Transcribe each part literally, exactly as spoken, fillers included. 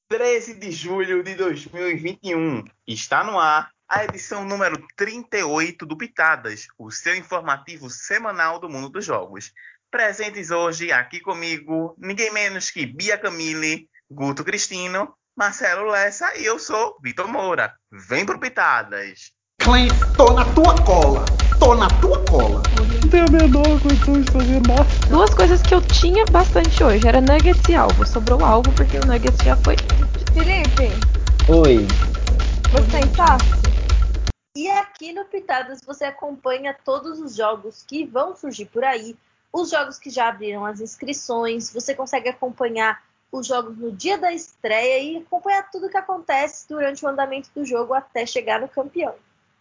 treze de julho de dois mil e vinte e um. Está no ar a edição número trinta e oito do Pitadas, o seu informativo semanal do mundo dos jogos. Presentes hoje aqui comigo, ninguém menos que Bia Camille, Guto Cristino, Marcelo Lessa e eu sou Vitor Moura. Vem pro Pitadas. Clank, tô na tua cola. Tô na tua cola. Não tenho a menor condição de fazer nada. Duas coisas que eu tinha bastante hoje era nuggets e alvo. Sobrou alvo porque o nuggets já foi. Felipe. Oi. Você tá em fácil? E aqui no Pitadas você acompanha todos os jogos que vão surgir por aí, os jogos que já abriram as inscrições, você consegue acompanhar os jogos no dia da estreia e acompanhar tudo que acontece durante o andamento do jogo até chegar no campeão.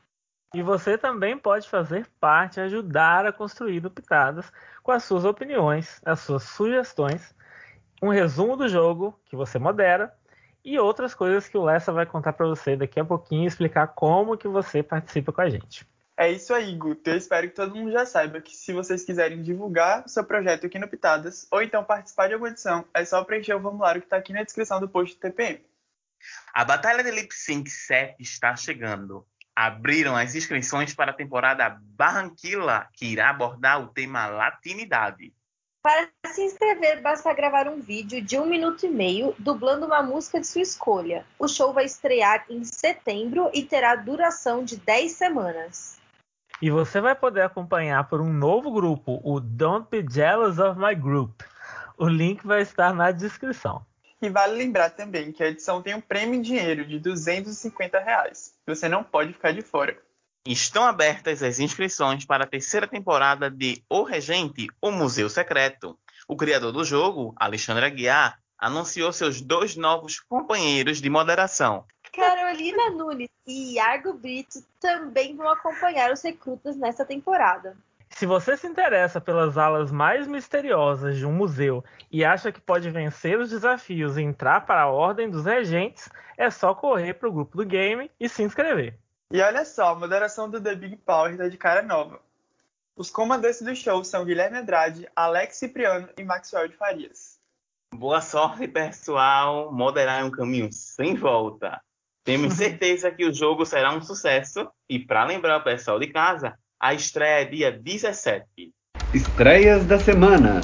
E você também pode fazer parte, ajudar a construir o Pitadas com as suas opiniões, as suas sugestões, um resumo do jogo que você modera e outras coisas que o Lessa vai contar para você daqui a pouquinho e explicar como que você participa com a gente. É isso aí, Guto. Eu espero que todo mundo já saiba que se vocês quiserem divulgar o seu projeto aqui no Pitadas ou então participar de alguma edição, é só preencher o formulário que está aqui na descrição do post do T P M. A Batalha de Lip Sync sete está chegando. Abriram as inscrições para a temporada Barranquilla, que irá abordar o tema latinidade. Para se inscrever, basta gravar um vídeo de um minuto e meio, dublando uma música de sua escolha. O show vai estrear em setembro e terá duração de dez semanas. E você vai poder acompanhar por um novo grupo, o Don't Be Jealous of My Group. O link vai estar na descrição. E vale lembrar também que a edição tem um prêmio em dinheiro de duzentos e cinquenta reais. Você não pode ficar de fora. Estão abertas as inscrições para a terceira temporada de O Regente, o Museu Secreto. O criador do jogo, Alexandre Aguiar, anunciou seus dois novos companheiros de moderação. Carolina Nunes e Iago Brito também vão acompanhar os recrutas nesta temporada. Se você se interessa pelas alas mais misteriosas de um museu e acha que pode vencer os desafios e entrar para a Ordem dos Regentes, é só correr para o grupo do game e se inscrever. E olha só, a moderação do The Big Power está de cara nova. Os comandantes do show são Guilherme Andrade, Alex Cipriano e Maxwell de Farias. Boa sorte, pessoal. Moderar é um caminho sem volta. Temos certeza que o jogo será um sucesso. E para lembrar o pessoal de casa, a estreia é dia dezessete. Estreias da semana.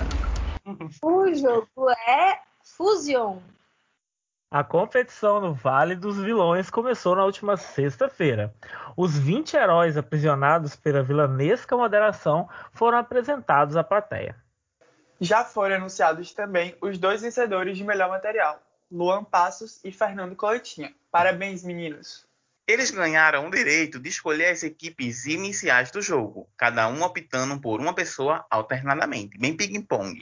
O jogo é Fusion. A competição no Vale dos Vilões começou na última sexta-feira. Os vinte heróis aprisionados pela vilanesca moderação foram apresentados à plateia. Já foram anunciados também os dois vencedores de melhor material, Luan Passos e Fernando Coletinha. Parabéns, meninos! Eles ganharam o direito de escolher as equipes iniciais do jogo, cada um optando por uma pessoa alternadamente, bem ping-pong.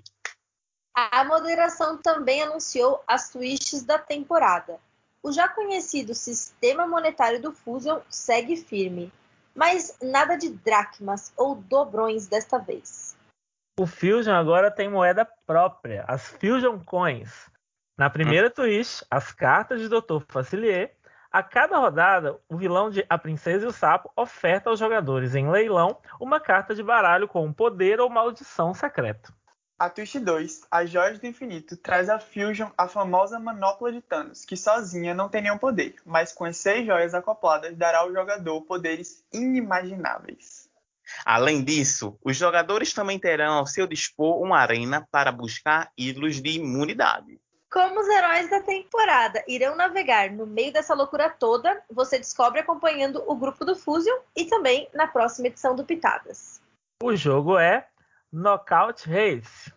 A moderação também anunciou as twists da temporada. O já conhecido sistema monetário do Fusion segue firme, mas nada de dracmas ou dobrões desta vez. O Fusion agora tem moeda própria, as Fusion Coins. Na primeira twist, as cartas de doutor Facilier. A cada rodada, o vilão de A Princesa e o Sapo oferta aos jogadores em leilão uma carta de baralho com um poder ou maldição secreto. A Twist dois, As Joias do Infinito, traz a Fusion a famosa manopla de Thanos, que sozinha não tem nenhum poder, mas com as seis joias acopladas dará ao jogador poderes inimagináveis. Além disso, os jogadores também terão ao seu dispor uma arena para buscar ídolos de imunidade. Como os heróis da temporada irão navegar no meio dessa loucura toda, você descobre acompanhando o grupo do Fusion e também na próxima edição do Pitadas. O jogo é Knockout Race.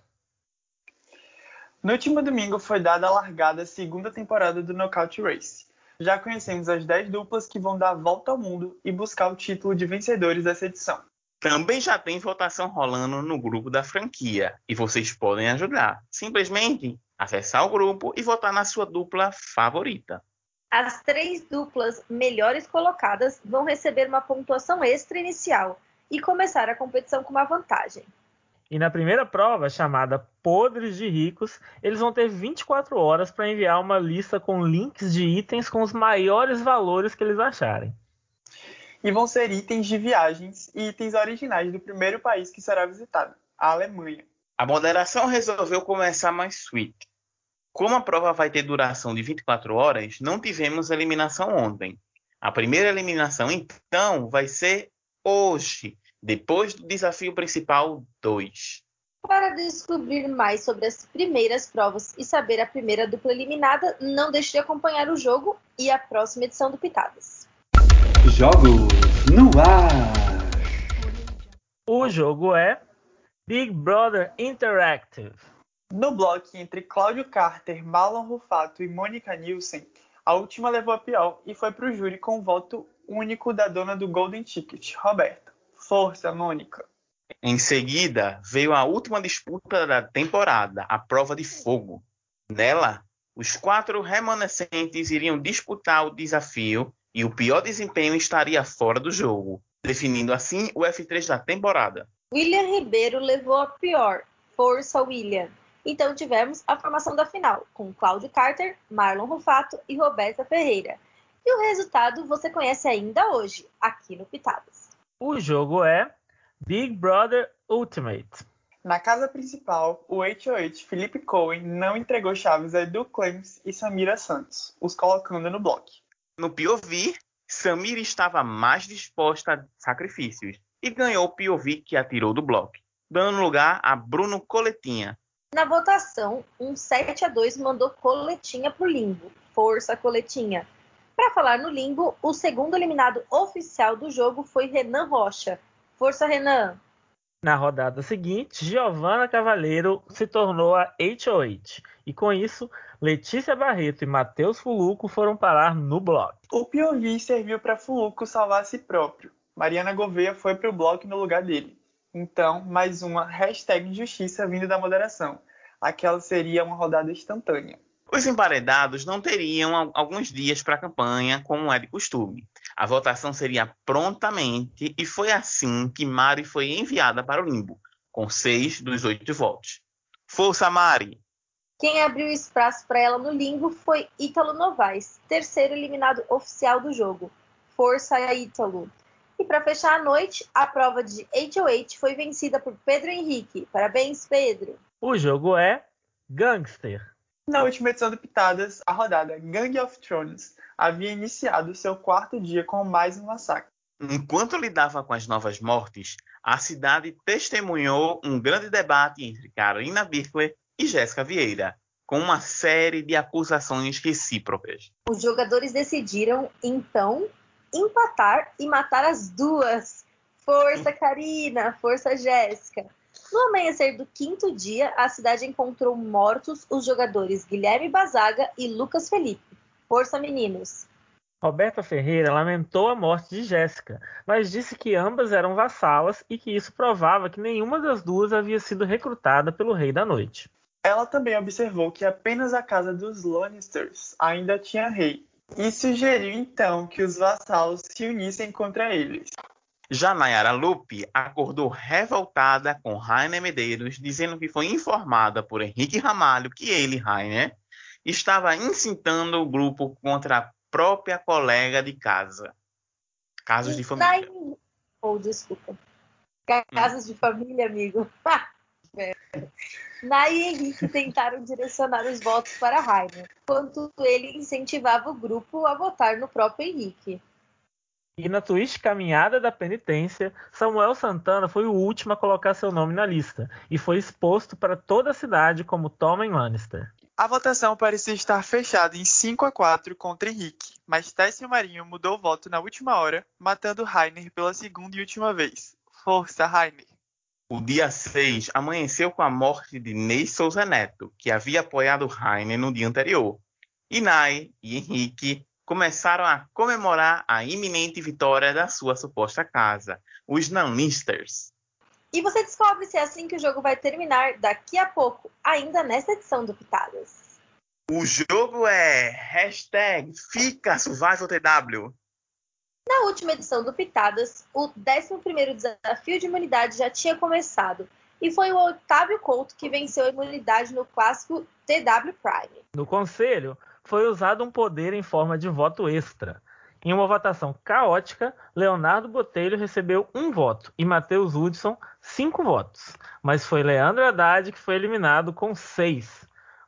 No último domingo foi dada a largada à segunda temporada do Knockout Race. Já conhecemos as dez duplas que vão dar a volta ao mundo e buscar o título de vencedores dessa edição. Também já tem votação rolando no grupo da franquia e vocês podem ajudar. Simplesmente acessar o grupo e votar na sua dupla favorita. As três duplas melhores colocadas vão receber uma pontuação extra inicial e começar a competição com uma vantagem. E na primeira prova, chamada Podres de Ricos, eles vão ter vinte e quatro horas para enviar uma lista com links de itens com os maiores valores que eles acharem. E vão ser itens de viagens e itens originais do primeiro país que será visitado, a Alemanha. A moderação resolveu começar mais sweet. Como a prova vai ter duração de vinte e quatro horas, não tivemos eliminação ontem. A primeira eliminação, então, vai ser hoje, depois do desafio principal dois. Para descobrir mais sobre as primeiras provas e saber a primeira dupla eliminada, não deixe de acompanhar o jogo e a próxima edição do Pitadas. Jogos no ar. O jogo é Big Brother Interactive. No bloco entre Cláudio Carter, Marlon Rufato e Mônica Nielsen, a última levou a pior e foi para o júri com o voto único da dona do Golden Ticket, Roberta. Força, Mônica! Em seguida, veio a última disputa da temporada, a prova de fogo. Nela, os quatro remanescentes iriam disputar o desafio e o pior desempenho estaria fora do jogo, definindo assim o F três da temporada. William Ribeiro levou a pior. Força, William! Então tivemos a formação da final, com Cláudio Carter, Marlon Rufato e Roberta Ferreira. E o resultado você conhece ainda hoje, aqui no Pitadas. O jogo é Big Brother Ultimate. Na casa principal, o oito oito Felipe Cohen não entregou chaves a Edu Clems e Samira Santos, os colocando no bloco. No P O V, Samira estava mais disposta a sacrifícios e ganhou o P O V que a tirou do bloco, dando lugar a Bruno Coletinha. Na votação, um sete a dois mandou Coletinha pro limbo. Força, Coletinha! Para falar no limbo, o segundo eliminado oficial do jogo foi Renan Rocha. Força, Renan! Na rodada seguinte, Giovanna Cavaleiro se tornou a oito oito. E com isso, Letícia Barreto e Matheus Fuluco foram parar no bloco. O P O V serviu para Fuluco salvar a si próprio. Mariana Gouveia foi para o bloco no lugar dele. Então, mais uma hashtag injustiça vindo da moderação. Aquela seria uma rodada instantânea. Os emparedados não teriam alguns dias para a campanha, como é de costume. A votação seria prontamente e foi assim que Mari foi enviada para o limbo, com seis dos oito votos. Força, Mari! Quem abriu espaço para ela no limbo foi Ítalo Novaes, terceiro eliminado oficial do jogo. Força, Ítalo! E para fechar a noite, a prova de oito oito foi vencida por Pedro Henrique. Parabéns, Pedro! O jogo é Gangster. Na última edição do Pitadas, a rodada Gang of Thrones havia iniciado seu quarto dia com mais um massacre. Enquanto lidava com as novas mortes, a cidade testemunhou um grande debate entre Carolina Birkler e Jéssica Vieira, com uma série de acusações recíprocas. Os jogadores decidiram, então, empatar e matar as duas. Força, Karina! Força, Jéssica! No amanhecer do quinto dia, a cidade encontrou mortos os jogadores Guilherme Bazaga e Lucas Felipe. Força, meninos! Roberta Ferreira lamentou a morte de Jéssica, mas disse que ambas eram vassalas e que isso provava que nenhuma das duas havia sido recrutada pelo Rei da Noite. Ela também observou que apenas a casa dos Lannisters ainda tinha rei, e sugeriu então que os vassalos se unissem contra eles. Já Nayara Lupe acordou revoltada com Rainer Medeiros, dizendo que foi informada por Henrique Ramalho que ele, Rainer, estava incitando o grupo contra a própria colega de casa. Casos de família. Nay... Oh, desculpa. Casos hum. de família, amigo. Nay e Henrique tentaram direcionar os votos para Rainer, enquanto ele incentivava o grupo a votar no próprio Henrique. E na twist caminhada da penitência, Samuel Santana foi o último a colocar seu nome na lista e foi exposto para toda a cidade como Tommen Lannister. A votação parecia estar fechada em cinco a quatro contra Henrique, mas Técio Marinho mudou o voto na última hora, matando Rainer pela segunda e última vez. Força, Rainer! O dia seis amanheceu com a morte de Ney Souza Neto, que havia apoiado Rainer no dia anterior. E Nay e Henrique começaram a comemorar a iminente vitória da sua suposta casa, os Lannisters. E você descobre se é assim que o jogo vai terminar daqui a pouco, ainda nesta edição do Pitadas. O jogo é hashtag Fica Survival T W. Na última edição do Pitadas, o décimo primeiro desafio de imunidade já tinha começado, e foi o Otávio Couto que venceu a imunidade no clássico T W Prime. No conselho, foi usado um poder em forma de voto extra. Em uma votação caótica, Leonardo Botelho recebeu um voto e Matheus Hudson cinco votos. Mas foi Leandro Haddad que foi eliminado com seis.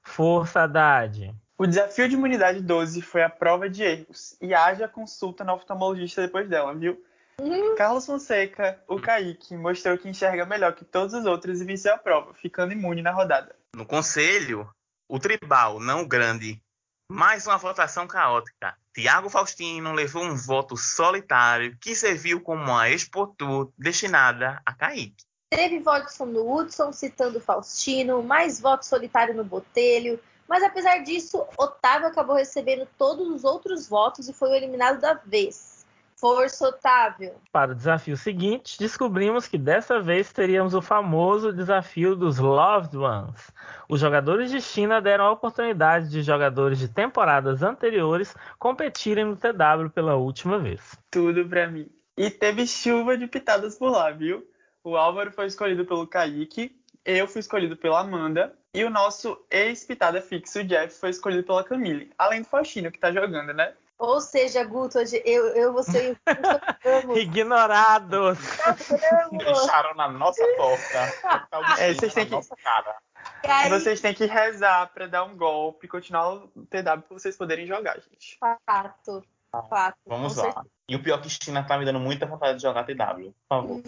Força, Haddad. O desafio de imunidade doze foi a prova de erros. E haja consulta no oftalmologista depois dela, viu? Uhum. Carlos Fonseca, o Kaique, mostrou que enxerga melhor que todos os outros e venceu a prova, ficando imune na rodada. No conselho, o tribal, não o grande. Mais uma votação caótica. Tiago Faustino levou um voto solitário que serviu como uma expotur destinada a Kaique. Teve votos no Hudson, citando Faustino, mais voto solitário no Botelho. Mas apesar disso, Otávio acabou recebendo todos os outros votos e foi o eliminado da vez. Força, Otávio. Para o desafio seguinte, descobrimos que dessa vez teríamos o famoso desafio dos Loved Ones. Os jogadores de China deram a oportunidade de jogadores de temporadas anteriores competirem no T W pela última vez. Tudo pra mim. E teve chuva de pitadas por lá, viu? O Álvaro foi escolhido pelo Kaique, eu fui escolhido pela Amanda e o nosso ex-pitada fixo, o Jeff, foi escolhido pela Camille. Além do Faustino, que tá jogando, né? Ou seja, Guto, hoje eu, eu você e Ignorados! Deixaram na nossa porta. É, vocês têm na que- nossa cara. Aí, Vocês têm que rezar pra dar um golpe e continuar o T W pra vocês poderem jogar, gente. fato, fato. Vamos com lá. certeza. E o pior é que China tá me dando muita vontade de jogar T W. Por favor.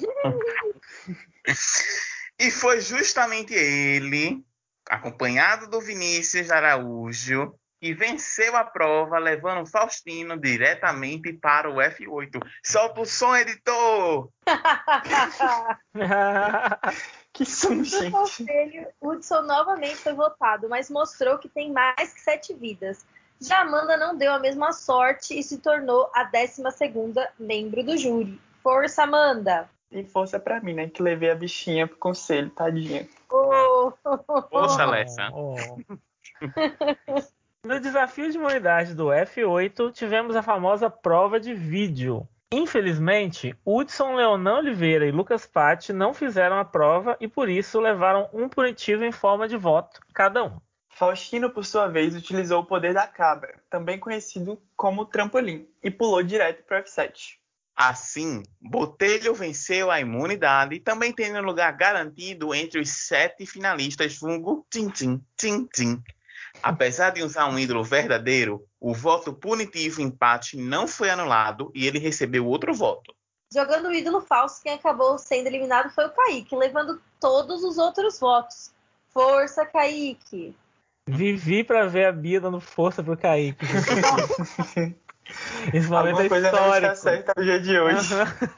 E foi justamente ele, acompanhado do Vinícius Araújo, que venceu a prova, levando o Faustino diretamente para o F oito. Solta o som, editor! Que som, No gente. conselho, Hudson novamente foi votado, mas mostrou que tem mais que sete vidas. Já Amanda não deu a mesma sorte e se tornou a décima segunda membro do júri. Força, Amanda! E força pra mim, né? Que levei a bichinha pro conselho, tadinha. Oh, Poxa, Alessa. Oh. No desafio de imunidade do F oito, tivemos a famosa prova de vídeo. Infelizmente, Hudson, Leonan Oliveira e Lucas Patti não fizeram a prova e por isso levaram um punitivo em forma de voto, cada um. Faustino, por sua vez, utilizou o poder da cabra, também conhecido como trampolim, e pulou direto pro F sete. Assim, Botelho venceu a imunidade e também tendo um lugar garantido entre os sete finalistas vulgo Tim-Tim, Tim-Tim. Apesar de usar um ídolo verdadeiro, o voto punitivo empate não foi anulado e ele recebeu outro voto. jogando o ídolo falso, quem acabou sendo eliminado foi o Kaique, levando todos os outros votos. Força, Kaique! Vivi pra ver a Bia dando força pro Kaique. Esse momento Alguma é coisa não está histórico. certa no dia de hoje.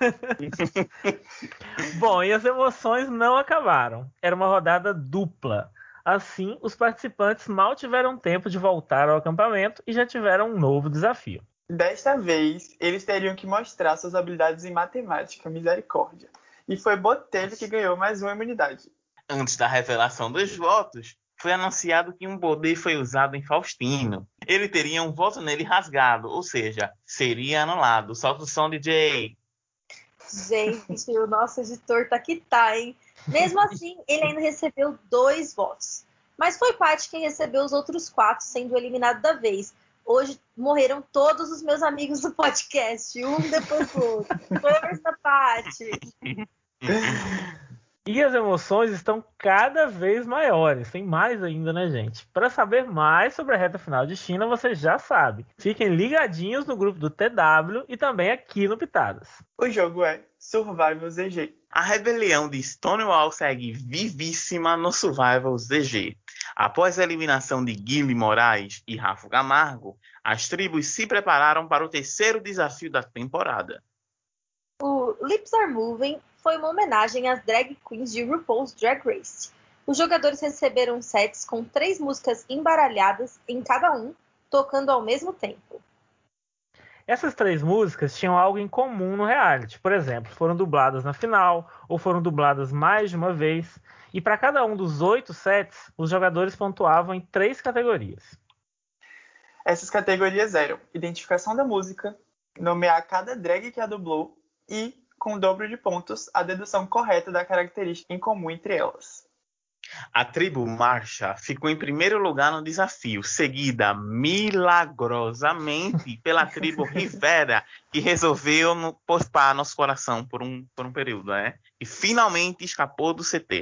Bom, e as emoções não acabaram. Era uma rodada dupla. Assim, os participantes mal tiveram tempo de voltar ao acampamento e já tiveram um novo desafio. Desta vez, eles teriam que mostrar suas habilidades em matemática, misericórdia. E foi Botelho que ganhou mais uma imunidade. Antes da revelação dos votos, foi anunciado que um poder foi usado em Faustino. Ele teria um voto nele rasgado, ou seja, seria anulado. Solta o som, D J. Gente, o nosso editor tá que tá, hein? Mesmo assim, ele ainda recebeu dois votos. Mas foi Paty quem recebeu os outros quatro, sendo eliminado da vez. Hoje morreram todos os meus amigos do podcast, um depois do outro. Força, Paty! E as emoções estão cada vez maiores. Tem mais ainda, né, gente? Para saber mais sobre a reta final de China, você já sabe. Fiquem ligadinhos no grupo do T W e também aqui no Pitadas. O jogo é Survival Z G. A rebelião de Stonewall segue vivíssima no Survival Z G. Após a eliminação de Guilherme Moraes e Rafa Camargo, as tribos se prepararam para o terceiro desafio da temporada. O Lips Are Moving foi uma homenagem às drag queens de RuPaul's Drag Race. Os jogadores receberam sets com três músicas embaralhadas em cada um, tocando ao mesmo tempo. Essas três músicas tinham algo em comum no reality. Por exemplo, foram dubladas na final ou foram dubladas mais de uma vez. E para cada um dos oito sets, os jogadores pontuavam em três categorias. Essas categorias eram identificação da música, nomear cada drag que a dublou e, com o dobro de pontos, a dedução correta da característica em comum entre elas. A tribo Marcha ficou em primeiro lugar no desafio, seguida milagrosamente pela tribo Rivera, que resolveu no, poupar nosso coração por um, por um período, né? E finalmente escapou do C T.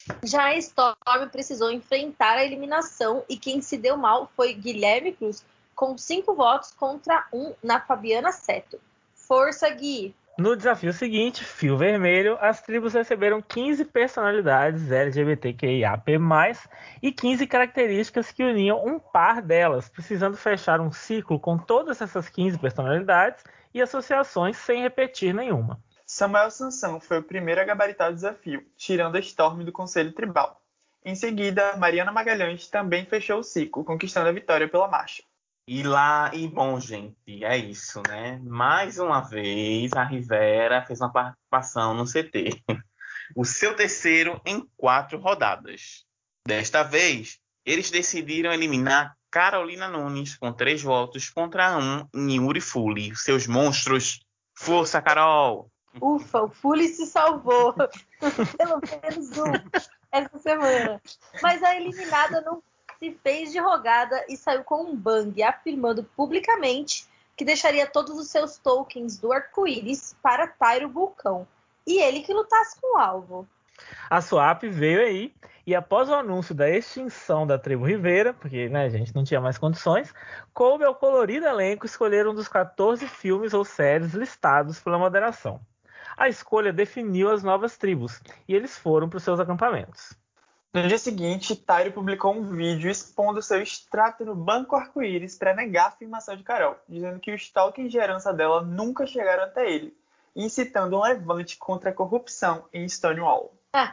Já a Storm precisou enfrentar a eliminação e quem se deu mal foi Guilherme Cruz, com cinco votos contra um na Fabiana Seto. Força, Gui! No desafio seguinte, Fio Vermelho, as tribos receberam quinze personalidades L G B T Q I A P mais, e quinze características que uniam um par delas, precisando fechar um ciclo com todas essas quinze personalidades e associações sem repetir nenhuma. Samuel Sansão foi o primeiro a gabaritar o desafio, tirando a Storm do Conselho Tribal. Em seguida, Mariana Magalhães também fechou o ciclo, conquistando a vitória pela marcha. E lá, e bom, gente, é isso, né? Mais uma vez, a Rivera fez uma participação no C T. O seu terceiro em quatro rodadas. Desta vez, eles decidiram eliminar Carolina Nunes com três votos contra um em Yuri Fully. Seus monstros. Força, Carol! Ufa, o Fully se salvou. Pelo menos um essa semana. Mas a eliminada não se fez de rogada e saiu com um bang, afirmando publicamente que deixaria todos os seus tokens do arco-íris para Tyro Vulcão. E ele que lutasse com o alvo. A Swap veio aí e após o anúncio da extinção da tribo Rivera, porque né, a gente não tinha mais condições, coube ao colorido elenco escolher um dos quatorze filmes ou séries listados pela moderação. A escolha definiu as novas tribos e eles foram para os seus acampamentos. No dia seguinte, Tyro publicou um vídeo expondo seu extrato no Banco Arco-Íris para negar a afirmação de Carol, dizendo que os tokens de herança dela nunca chegaram até ele, incitando um levante contra a corrupção em Stonewall.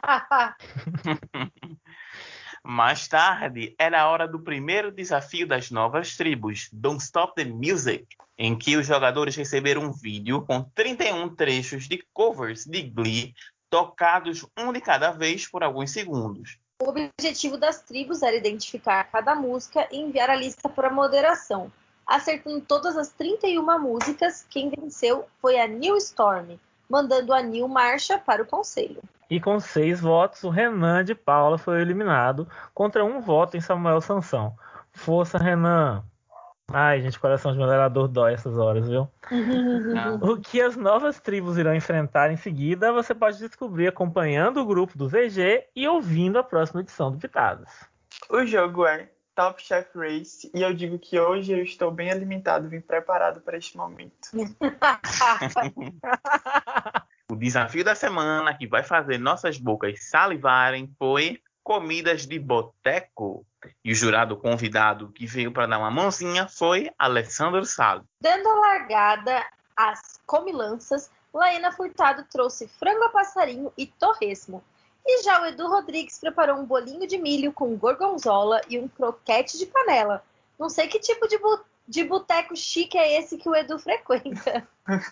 Mais tarde, era a hora do primeiro desafio das novas tribos, Don't Stop the Music, em que os jogadores receberam um vídeo com trinta e um trechos de covers de Glee, tocados um de cada vez por alguns segundos. O objetivo das tribos era identificar cada música e enviar a lista para a moderação. Acertando todas as trinta e uma músicas, quem venceu foi a New Storm, mandando a New marcha para o conselho. E com seis votos, o Renan de Paula foi eliminado, contra um voto em Samuel Sansão. Força, Renan! Ai, gente, coração de moderador dói essas horas, viu? O que as novas tribos irão enfrentar em seguida, você pode descobrir acompanhando o grupo do Z G e ouvindo a próxima edição do Pitadas. O jogo é Top Chef Race e eu digo que hoje eu estou bem alimentado, vim preparado para este momento. O desafio da semana que vai fazer nossas bocas salivarem foi comidas de boteco. E o jurado convidado que veio para dar uma mãozinha foi Alessandro Salles. Dando a largada às comilanças, Laína Furtado trouxe frango a passarinho e torresmo. E já o Edu Rodrigues preparou um bolinho de milho com gorgonzola e um croquete de panela. Não sei que tipo de, bu- de boteco chique é esse que o Edu frequenta.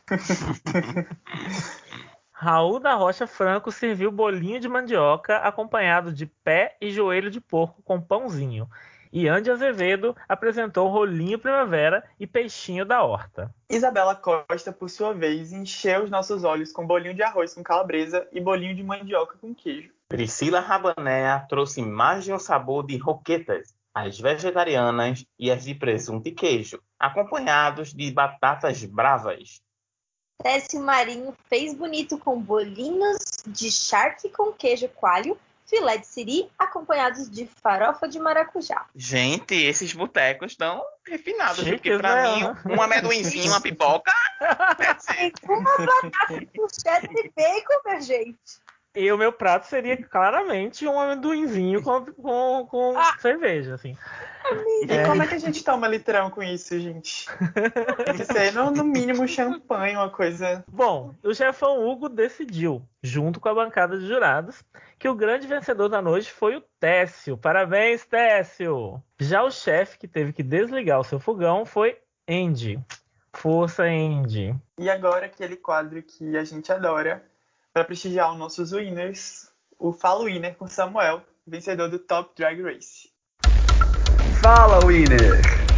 Raul da Rocha Franco serviu bolinho de mandioca acompanhado de pé e joelho de porco com pãozinho. E Andy Azevedo apresentou rolinho primavera e peixinho da horta. Isabela Costa, por sua vez, encheu os nossos olhos com bolinho de arroz com calabresa e bolinho de mandioca com queijo. Priscila Rabanea trouxe mais de um sabor de roquetas, as vegetarianas e as de presunto e queijo, acompanhados de batatas bravas. Técio Marinho fez bonito com bolinhos de charque com queijo coalho, filé de siri, acompanhados de farofa de maracujá. Gente, esses botecos estão refinados, Chiques, porque pra né? mim, um amendoinzinho, uma pipoca, deve ser. Tem uma batata com cheddar e bacon, minha gente. E o meu prato seria claramente um amendoinzinho com, com, com Ah. cerveja, assim. E É. como é que a gente toma litrão com isso, gente? Tem que ser, no, no mínimo, champanhe, uma coisa... Bom, o chefão Hugo decidiu, junto com a bancada de jurados, que o grande vencedor da noite foi o Técio. Parabéns, Técio! Já o chefe que teve que desligar o seu fogão foi Andy. Força, Andy! E agora aquele quadro que a gente adora, para prestigiar os nossos winners, o Fala Winner com Samuel, vencedor do Top Drag Race. Fala, Winner!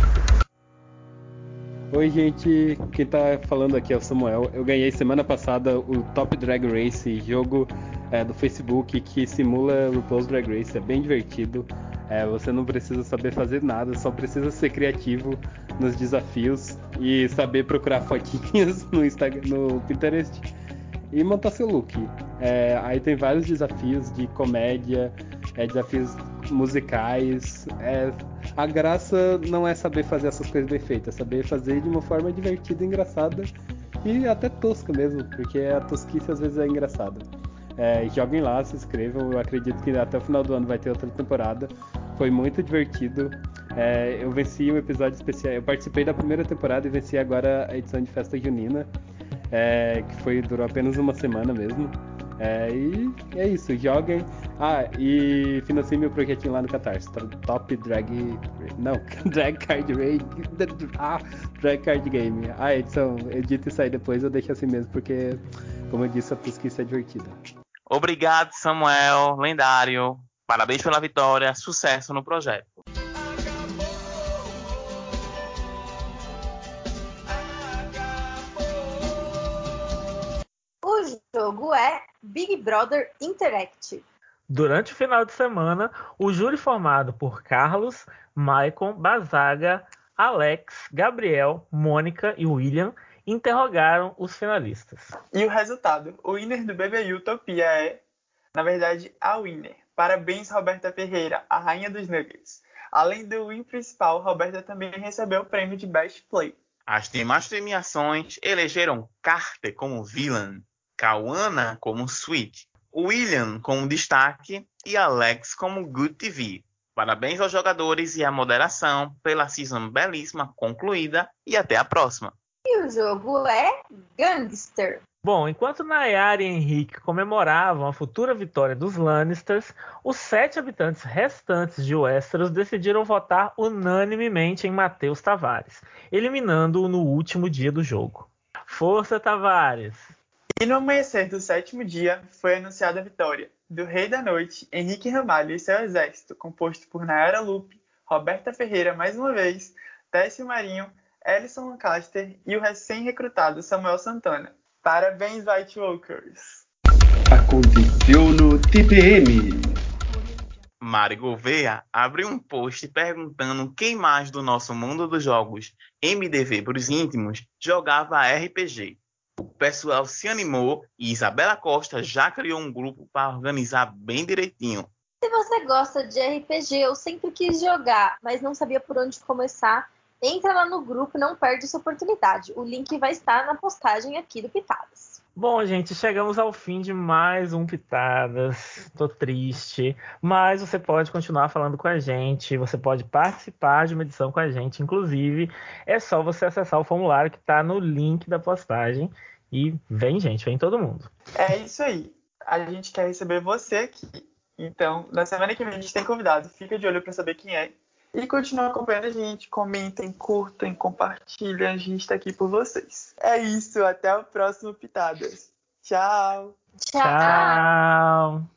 Oi, gente, quem tá falando aqui é o Samuel. Eu ganhei semana passada o Top Drag Race, jogo é, do Facebook que simula RuPaul's Drag Race. É bem divertido, é, você não precisa saber fazer nada, só precisa ser criativo nos desafios e saber procurar fotinhas no Instagram, no Pinterest. e montar seu look. É, aí tem vários desafios de comédia, é, desafios musicais. É, a graça não é saber fazer essas coisas bem feitas, é saber fazer de uma forma divertida, engraçada e até tosca mesmo, porque a tosquice às vezes é engraçada. É, joguem lá, se inscrevam, eu acredito que até o final do ano vai ter outra temporada. Foi muito divertido. É, eu venci um episódio especial, eu participei da primeira temporada e venci agora a edição de Festa Junina, é, que foi, durou apenas uma semana mesmo. É, e é isso, joguem. Ah, e financiem meu projetinho lá no Catarse, Top Drag... Não, Drag Card Game. Ah, Drag Card Game. Ah, edição, edita isso aí depois, eu deixo assim mesmo, porque, como eu disse, a pesquisa é divertida. Obrigado, Samuel, lendário. Parabéns pela vitória, sucesso no projeto. O jogo é Big Brother Interactive. Durante o final de semana, o júri formado por Carlos, Maicon, Bazaga, Alex, Gabriel, Mônica e William interrogaram os finalistas. E o resultado? O winner do B B Utopia é, na verdade, a winner. Parabéns, Roberta Ferreira, a rainha dos Nuggets. Além do win principal, Roberta também recebeu o prêmio de Best Play. As demais premiações elegeram Carter como villain, Cauana como sweet, William como destaque e Alex como good T V. Parabéns aos jogadores e à moderação pela season belíssima concluída e até a próxima. E o jogo é Gangster. Bom, enquanto Nayara e Henrique comemoravam a futura vitória dos Lannisters, os sete habitantes restantes de Westeros decidiram votar unanimemente em Matheus Tavares, eliminando-o no último dia do jogo. Força, Tavares! E no amanhecer do sétimo dia, foi anunciada a vitória do Rei da Noite, Henrique Ramalho e seu exército, composto por Nayara Lupe, Roberta Ferreira mais uma vez, Técio Marinho, Ellison Lancaster e o recém-recrutado Samuel Santana. Parabéns, White Walkers! Aconteceu no T P M. Mari Gouveia abriu um post perguntando quem mais do nosso mundo dos jogos M D V para os íntimos jogava R P G. O pessoal se animou e Isabela Costa já criou um grupo para organizar bem direitinho. Se você gosta de R P G ou sempre quis jogar, mas não sabia por onde começar, entra lá no grupo e não perde essa oportunidade. O link vai estar na postagem aqui do Pitadas. Bom, gente, chegamos ao fim de mais um Pitadas. Tô triste, mas você pode continuar falando com a gente, você pode participar de uma edição com a gente. Inclusive, é só você acessar o formulário que tá no link da postagem. E vem, gente, vem todo mundo. É isso aí. A gente quer receber você aqui. Então, na semana que vem a gente tem convidado. Fica de olho para saber quem é. E continua acompanhando a gente. Comentem, curtem, compartilhem. A gente tá aqui por vocês. É isso. Até o próximo Pitadas. Tchau. Tchau! Tchau!